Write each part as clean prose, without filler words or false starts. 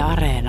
Areena.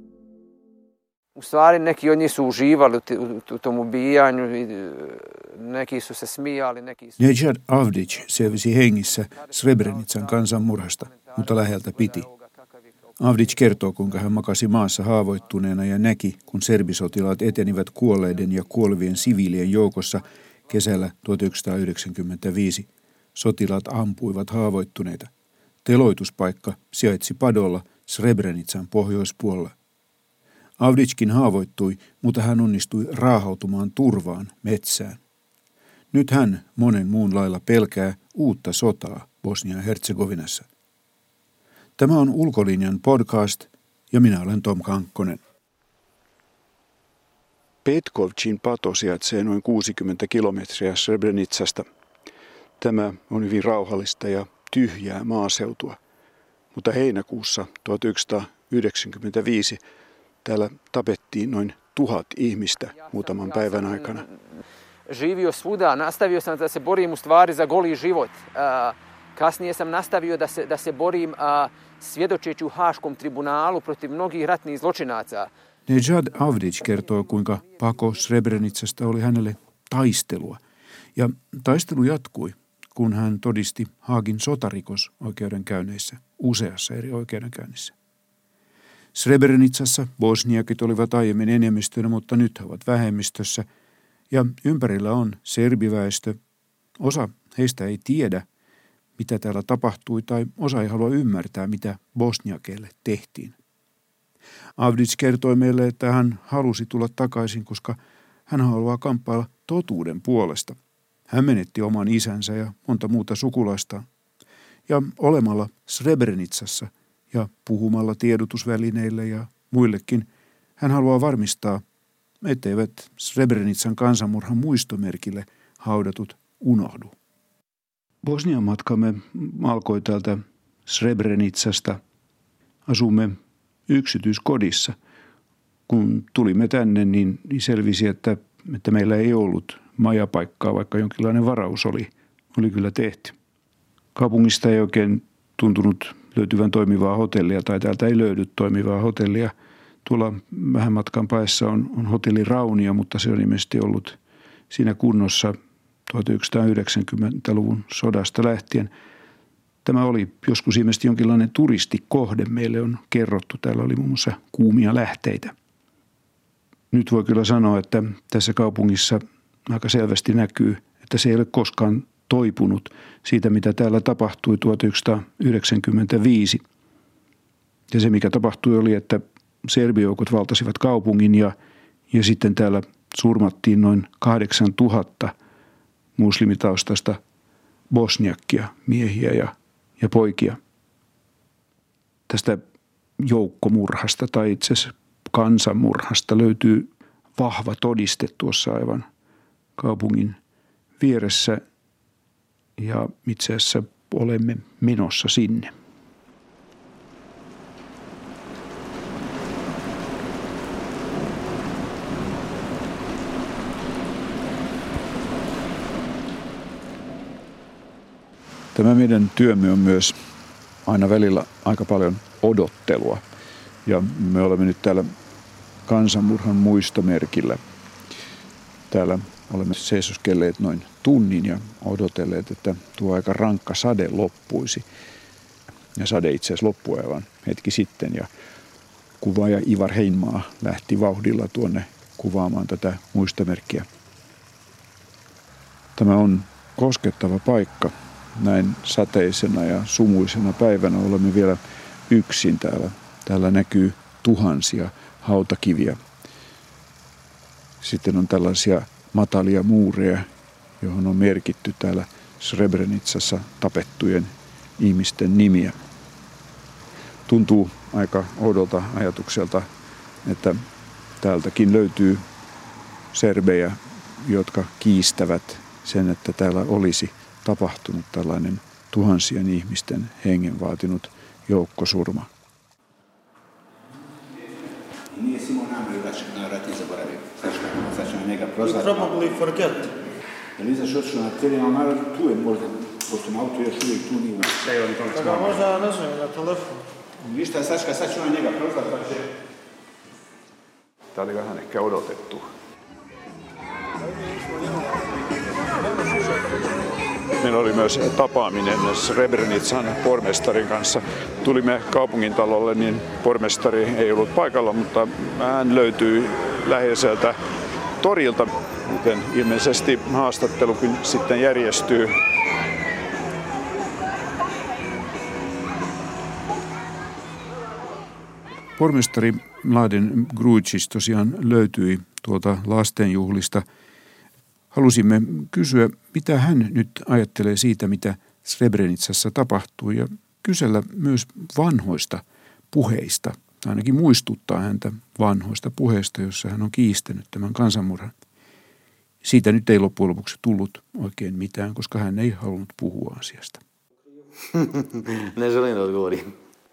U stvari neki od njih su uživali u tom ubijanju, neki su se smijali, neki su... Nejad Avdić selvisi hengissä Srebrenican kansanmurhasta, mutta läheltä piti. Avdić kertoo, kuinka hän makasi maassa haavoittuneena ja näki, kun serbisotilaat etenivät kuolleiden ja kuolevien siviilien joukossa kesällä 1995. Sotilaat ampuivat haavoittuneita. Teloituspaikka sijaitsi padolla Srebrenican pohjoispuolella. Avdićkin haavoittui, mutta hän onnistui raahautumaan turvaan metsään. Nyt hän monen muun lailla pelkää uutta sotaa Bosnia-Herzegovinassa. Tämä on Ulkolinjan podcast ja minä olen Tom Kankkonen. Petkovcin pato sijaitsee noin 60 kilometriä Srebrenicasta. Tämä on hyvin rauhallista ja tyhjää maaseutua, mutta heinäkuussa 1995 täällä tapettiin noin 1000 ihmistä muutaman päivän aikana. Živio svuda, nastavio sam da se borim u stvari za goli život. Kasnije sam nastavio da se borim svjedočeći u Haškom tribunalu protiv mnogih ratnih zločinaca. Nejad Avdić kertoo, kuinka pako Srebrenicasta oli hänelle taistelua. Ja taistelu jatkui, kun hän todisti Haagin sotarikosoikeudenkäynneissä useassa eri oikeudenkäynnissä. Srebrenicassa bosniakit olivat aiemmin enemmistönä, mutta nyt he ovat vähemmistössä ja ympärillä on serbiväestö. Osa heistä ei tiedä, mitä täällä tapahtui, tai osa ei halua ymmärtää, mitä bosniakeille tehtiin. Avdić kertoi meille, että hän halusi tulla takaisin, koska hän haluaa kamppailla totuuden puolesta. Hän menetti oman isänsä ja monta muuta sukulaistaan. Ja olemalla Srebrenicassa ja puhumalla tiedotusvälineille ja muillekin, hän haluaa varmistaa, etteivät Srebrenican kansanmurhan muistomerkille haudatut unohdu. Bosnian matkamme alkoi täältä Srebrenicasta. Asumme yksityiskodissa. Kun tulimme tänne, niin selvisi, että meillä ei ollut majapaikkaa, vaikka jonkinlainen varaus oli kyllä tehty. Kaupungista ei oikein tuntunut löytyvän toimivaa hotellia, tai täältä ei löydy toimivaa hotellia. Tuolla vähän matkan päässä on hotelli Raunio, mutta se on ilmeisesti ollut siinä kunnossa 1990-luvun sodasta lähtien. Tämä oli joskus ilmeisesti jonkinlainen turistikohde. Meille on kerrottu, täällä oli muun muassa kuumia lähteitä. Nyt voi kyllä sanoa, että tässä kaupungissa aika selvästi näkyy, että se ei ole koskaan toipunut siitä, mitä täällä tapahtui 1995. Ja se, mikä tapahtui, oli, että serbijoukot valtasivat kaupungin ja sitten täällä surmattiin noin 8000 muslimitaustaista bosniakkia, miehiä ja poikia. Tästä joukkomurhasta tai itse asiassa kansanmurhasta löytyy vahva todiste tuossa aivan kaupungin vieressä ja itse asiassa olemme menossa sinne. Tämä meidän työmme on myös aina välillä aika paljon odottelua ja me olemme nyt täällä kansanmurhan muistomerkillä. Täällä olemme seisoskelleet noin tunnin ja odotelleet, että tuo aika rankka sade loppuisi. Ja sade itse asiassa loppui aivan hetki sitten ja kuvaaja Ivar Heinmaa lähti vauhdilla tuonne kuvaamaan tätä muistomerkkiä. Tämä on koskettava paikka. Näin sateisena ja sumuisena päivänä olemme vielä yksin täällä. Täällä näkyy tuhansia hautakiviä. Sitten on tällaisia matalia muureja, johon on merkitty täällä Srebrenicassa tapettujen ihmisten nimiä. Tuntuu aika oudolta ajatukselta, että täältäkin löytyy serbejä, jotka kiistävät sen, että täällä olisi tapahtunut tällainen tuhansien ihmisten hengen vaatinut joukkosurma. You probably forget. Možda leže na telefonu. Niistä Saska Satsuna njega proslavat se. Tämä oli vähän ehkä odotettu. Meillä oli myös tapaaminen Srebrenitsan pormestarin kanssa. Tulimme kaupungintalolle, niin pormestari ei ollut paikalla, mutta hän löytyi läheiseltä torilta, joten ilmeisesti haastattelu sitten järjestyy. Pormestari Mladen Grujic tosiaan löytyi tuolta lastenjuhlista. Halusimme kysyä, mitä hän nyt ajattelee siitä, mitä Srebrenicassa tapahtui, ja kysellä myös vanhoista puheista, ainakin muistuttaa häntä vanhoista puheista, jossa hän on kiistänyt tämän kansanmurhan. Siitä nyt ei loppujen lopuksi tullut oikein mitään, koska hän ei halunnut puhua asiasta. Ne želim da odgovorim.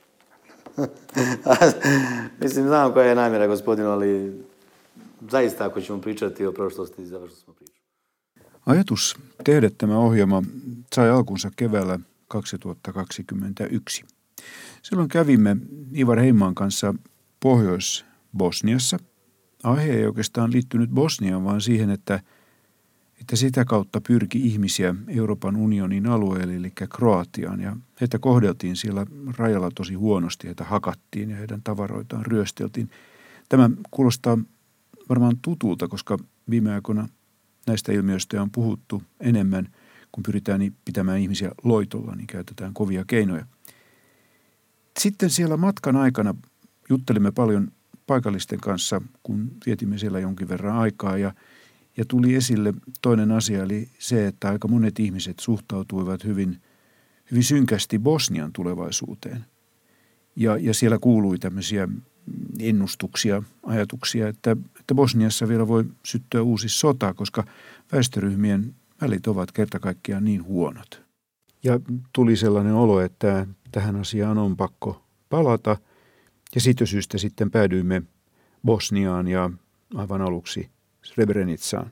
Mislim, znam koja je namjera gospodina, ali zaista ako ćemo pričati o prošlosti, završno smo pričali. Ajatus tehdä tämä ohjelma sai alkunsa keväällä 2021. Silloin kävimme Ivar Heimaan kanssa Pohjois-Bosniassa. Aihe ei oikeastaan liittynyt Bosniaan, vaan siihen, että sitä kautta pyrki ihmisiä Euroopan unionin alueelle, eli Kroatiaan. Ja heitä kohdeltiin siellä rajalla tosi huonosti, heitä hakattiin ja heidän tavaroitaan ryösteltiin. Tämä kuulostaa varmaan tutulta, koska viime aikoina näistä ilmiöistä on puhuttu enemmän, kun pyritään pitämään ihmisiä loitolla, niin käytetään kovia keinoja. Sitten siellä matkan aikana juttelimme paljon paikallisten kanssa, kun vietimme siellä jonkin verran aikaa, ja tuli esille toinen asia, eli se, että aika monet ihmiset suhtautuivat hyvin synkästi Bosnian tulevaisuuteen. Ja siellä kuului tämmöisiä ennustuksia, ajatuksia, että Bosniassa vielä voi syttyä uusi sota, koska väestöryhmien välit ovat kerta kaikkiaan niin huonot. Ja tuli sellainen olo, että tähän asiaan on pakko palata, ja siitä syystä sitten päädyimme Bosniaan ja aivan aluksi Srebrenicaan.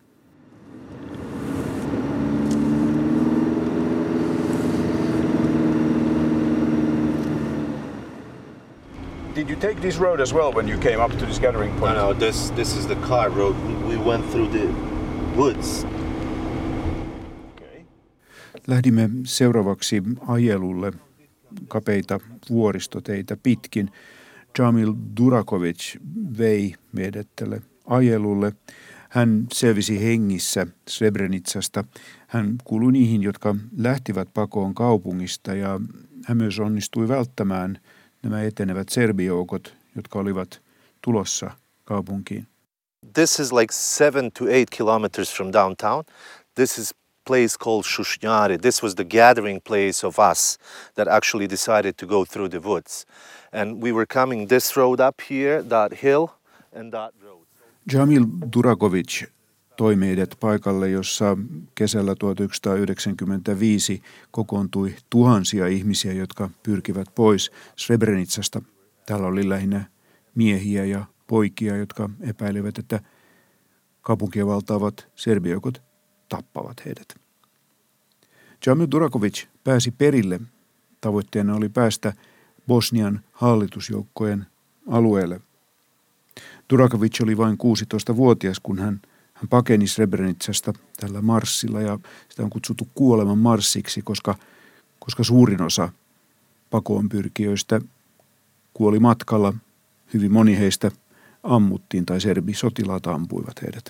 Did you take this road as well when you came up to this gathering point? No, this is the car road. We went through the woods. Okay. Lähdimme seuraavaksi ajelulle kapeita vuoristoteitä pitkin. Jamil Durakovic vei meidät tälle ajelulle. Hän selvisi hengissä Srebrenicasta. Hän kuului niihin, jotka lähtivät pakoon kaupungista, ja hän myös onnistui välttämään nämä etenevät serbijoukot, jotka olivat tulossa kaupunkiin. This is like 7 to 8 kilometers from downtown. This is a place called Shushnjari. This was the gathering place of us that actually decided to go through the woods. And we were coming this road up here, that hill and that road. Jamil Durakovic toi meidät paikalle, jossa kesällä 1995 kokoontui tuhansia ihmisiä, jotka pyrkivät pois Srebrenicasta. Täällä oli lähinnä miehiä ja poikia, jotka epäilivät, että kaupunkia valtaavat serbijoukot tappavat heidät. Jamil Durakovic pääsi perille. Tavoitteena oli päästä Bosnian hallitusjoukkojen alueelle. Durakovic oli vain 16-vuotias, kun hän pakeni Srebrenicasta tällä marssilla, ja sitä on kutsuttu kuoleman marssiksi, koska suurin osa pakoon pyrkijöistä kuoli matkalla. Hyvin moni heistä ammuttiin tai serbisotilaat ampuivat heidät.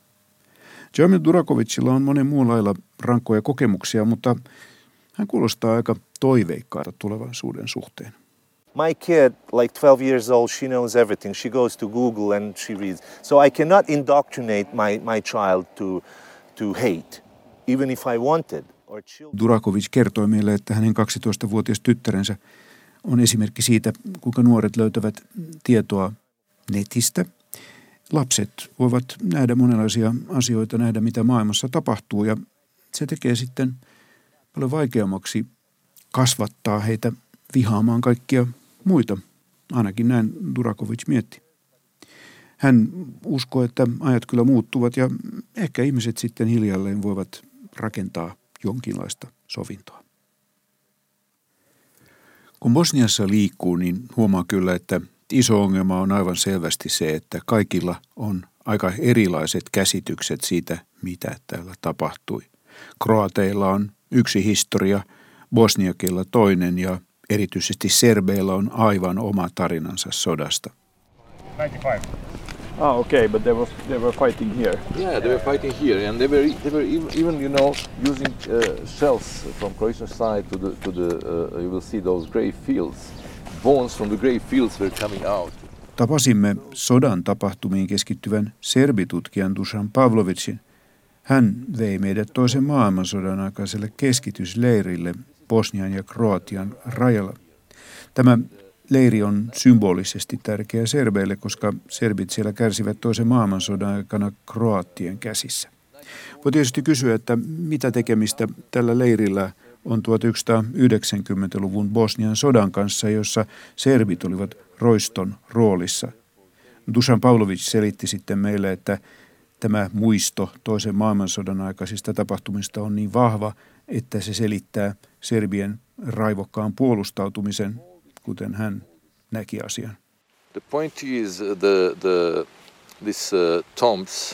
Jamil Durakovicilla on monen muun lailla rankkoja kokemuksia, mutta hän kuulostaa aika toiveikkaalta tulevaisuuden suhteen. My kid, like 12 years old, she knows everything. She goes to Google and she reads. So I cannot indoctrinate my child to hate, even if I wanted. Durakovic kertoi meille, että hänen 12-vuotias tyttärensä on esimerkki siitä, kuinka nuoret löytävät tietoa netistä. Lapset voivat nähdä monenlaisia asioita, nähdä mitä maailmassa tapahtuu, ja se tekee sitten paljon vaikeammaksi kasvattaa heitä vihaamaan kaikkia muita. Ainakin näin Durakovic mietti. Hän uskoi, että ajat kyllä muuttuvat ja ehkä ihmiset sitten hiljalleen voivat rakentaa jonkinlaista sovintoa. Kun Bosniassa liikkuu, niin huomaa kyllä, että iso ongelma on aivan selvästi se, että kaikilla on aika erilaiset käsitykset siitä, mitä täällä tapahtui. Kroateilla on yksi historia, bosniakilla toinen ja erityisesti serbeillä on aivan oma tarinansa sodasta. 95. Okay, but they were fighting here. Yeah, they were fighting here, and they were even using shells from Croatian side to the you will see those grey fields. Bones from the grey fields were coming out. Tapasimme sodan tapahtumiin keskittyvän serbitutkijan Dusan Pavlovicin. Hän vei meidät toisen maailmansodan aikaiselle keskitysleirille Bosnian ja Kroatian rajalla. Tämä leiri on symbolisesti tärkeä serbeille, koska serbit siellä kärsivät toisen maailmansodan aikana kroattien käsissä. Voi tietysti kysyä, että mitä tekemistä tällä leirillä on 1990-luvun Bosnian sodan kanssa, jossa serbit olivat roiston roolissa. Dusan Pavlovic selitti sitten meille, että tämä muisto toisen maailmansodan aikaisista tapahtumista on niin vahva, että se selittää serbien raivokkaan puolustautumisen, kuten hän näki asian. The point is these tombs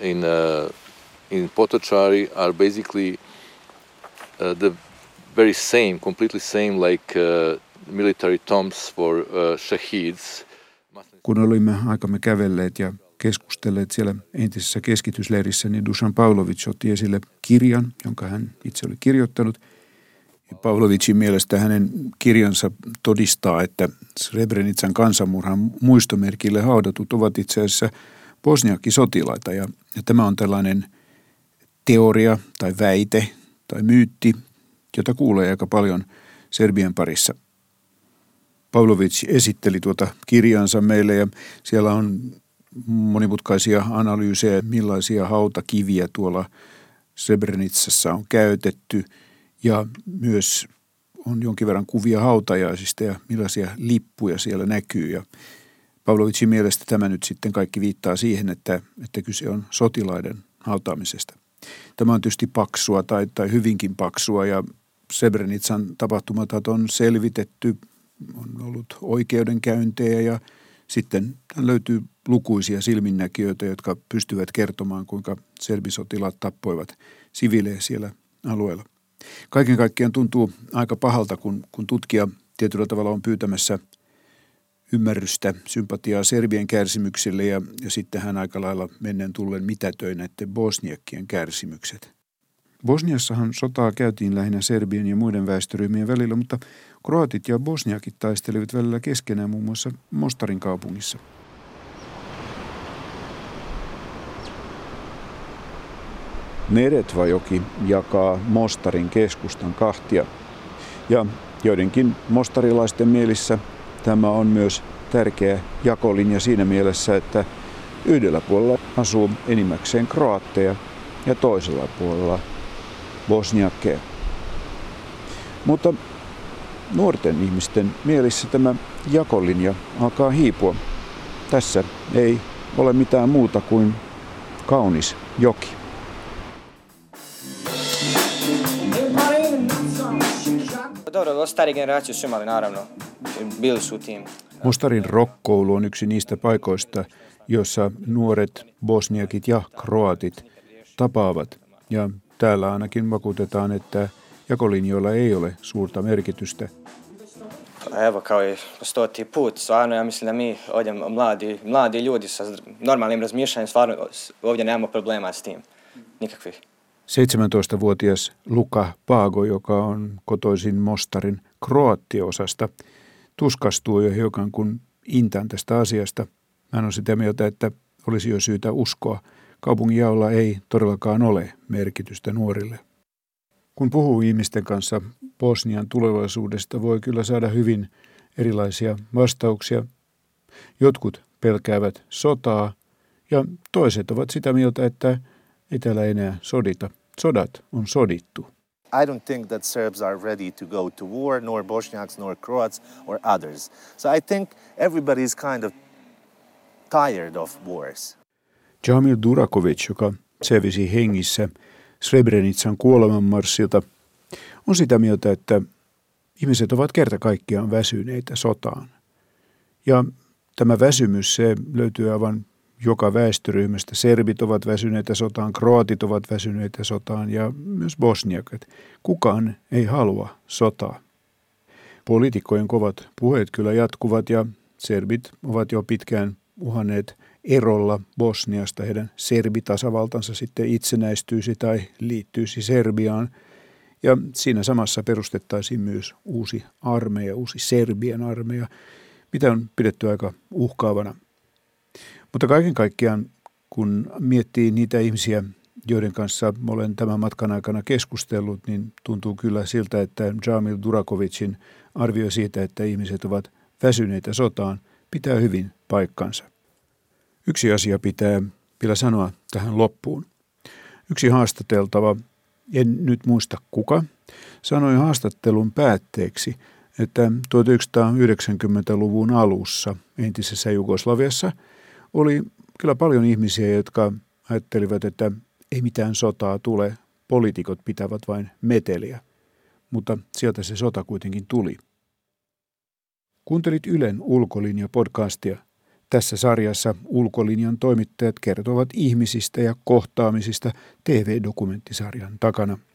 in Potocari are basically the very same, completely same like military tombs for shaheeds. Kun olimme aikamme kävelleet ja keskustelleet siellä entisessä keskitysleirissä, niin Dusan Pavlovic otti esille kirjan, jonka hän itse oli kirjoittanut. Ja Pavlovicin mielestä hänen kirjansa todistaa, että Srebrenitsan kansanmurhan muistomerkille haudatut ovat itse asiassa bosniakkisotilaita. Ja tämä on tällainen teoria tai väite tai myytti, jota kuulee aika paljon Serbien parissa. Pavlovic esitteli tuota kirjansa meille ja siellä on monimutkaisia analyysejä, millaisia hautakiviä tuolla Srebrenitsassa on käytetty ja myös on jonkin verran kuvia hautajaisista ja millaisia lippuja siellä näkyy. Ja Pavlovicin mielestä tämä nyt sitten kaikki viittaa siihen, että kyse on sotilaiden hautaamisesta. Tämä on tietysti paksua tai hyvinkin paksua ja Srebrenitsan tapahtumat on selvitetty, on ollut oikeudenkäyntejä ja sitten löytyy lukuisia silminnäkijöitä, jotka pystyvät kertomaan, kuinka serbisotilaat tappoivat siviilejä siellä alueella. Kaiken kaikkiaan tuntuu aika pahalta, kun tutkija tietyllä tavalla on pyytämässä ymmärrystä, sympatiaa serbien kärsimyksille ja sitten hän aika lailla menneen tullen mitätöi näiden bosniakkien kärsimykset. Bosniassahan sotaa käytiin lähinnä serbien ja muiden väestöryhmien välillä, mutta kroatit ja bosniakit taistelivat välillä keskenään muun muassa Mostarin kaupungissa. Neretvajoki jakaa Mostarin keskustan kahtia ja joidenkin mostarilaisten mielissä tämä on myös tärkeä jakolinja siinä mielessä, että yhdellä puolella asuu enimmäkseen kroatteja ja toisella puolella bosniakkeja. Mutta nuorten ihmisten mielissä tämä jakolinja alkaa hiipua. Tässä ei ole mitään muuta kuin kaunis joki. Dobro, stari generaciju su imali, naravno. Bili su u tim. Mostarin rockkoulu on yksi niistä paikoista, jossa nuoret bosniakit ja kroatit tapaavat. Ja täällä ainakin vakuutetaan, että jakolinjoilla ei ole suurta merkitystä. Evo, kao i po 100. put, stvarno ja mislim da mi ovdje mladi ljudi sa normalnim razmišljanjem, stvarno ovdje nemamo problema s tim. Nikakvih. 17-vuotias Luka Pago, joka on kotoisin Mostarin kroattioosasta, tuskastuu jo hiukan kun intään tästä asiasta. Hän on sitä mieltä, että olisi jo syytä uskoa. Kaupunginjaolla ei todellakaan ole merkitystä nuorille. Kun puhuu ihmisten kanssa Bosnian tulevaisuudesta, voi kyllä saada hyvin erilaisia vastauksia. Jotkut pelkäävät sotaa ja toiset ovat sitä mieltä, että ei täällä enää sodita. Sodat on sodittu. I don't think that Serbs are ready to go to war, nor Bosniaks, nor Croats, or others. So I think everybody is kind of tired of wars. Jamil Durakovic, joka selvisi hengissä Srebrenitsan kuolemanmarssilta, on sitä mieltä, että Ihmiset ovat kerta kaikkiaan väsyneitä sotaan. Ja tämä väsymys, se löytyy aivan joka väestöryhmästä. Serbit ovat väsyneitä sotaan, kroatit ovat väsyneitä sotaan ja myös bosniakat. Kukaan ei halua sotaa. Poliitikkojen kovat puheet kyllä jatkuvat ja serbit ovat jo pitkään uhanneet erolla Bosniasta. Heidän serbitasavaltansa sitten itsenäistyisi tai liittyisi Serbiaan. Ja siinä samassa perustettaisiin myös uusi armeija, uusi Serbian armeija, mitä on pidetty aika uhkaavana. Mutta kaiken kaikkiaan, kun miettii niitä ihmisiä, joiden kanssa olen tämän matkan aikana keskustellut, niin tuntuu kyllä siltä, että Jamil Durakovicin arvio siitä, että ihmiset ovat väsyneitä sotaan, pitää hyvin paikkansa. Yksi asia pitää vielä sanoa tähän loppuun. Yksi haastateltava, en nyt muista kuka, sanoi haastattelun päätteeksi, että 1990-luvun alussa entisessä Jugoslaviassa oli kyllä paljon ihmisiä, jotka ajattelivat, että ei mitään sotaa tule, poliitikot pitävät vain meteliä. Mutta sieltä se sota kuitenkin tuli. Kuuntelit Ylen Ulkolinja-podcastia. Tässä sarjassa Ulkolinjan toimittajat kertovat ihmisistä ja kohtaamisista TV-dokumenttisarjan takana.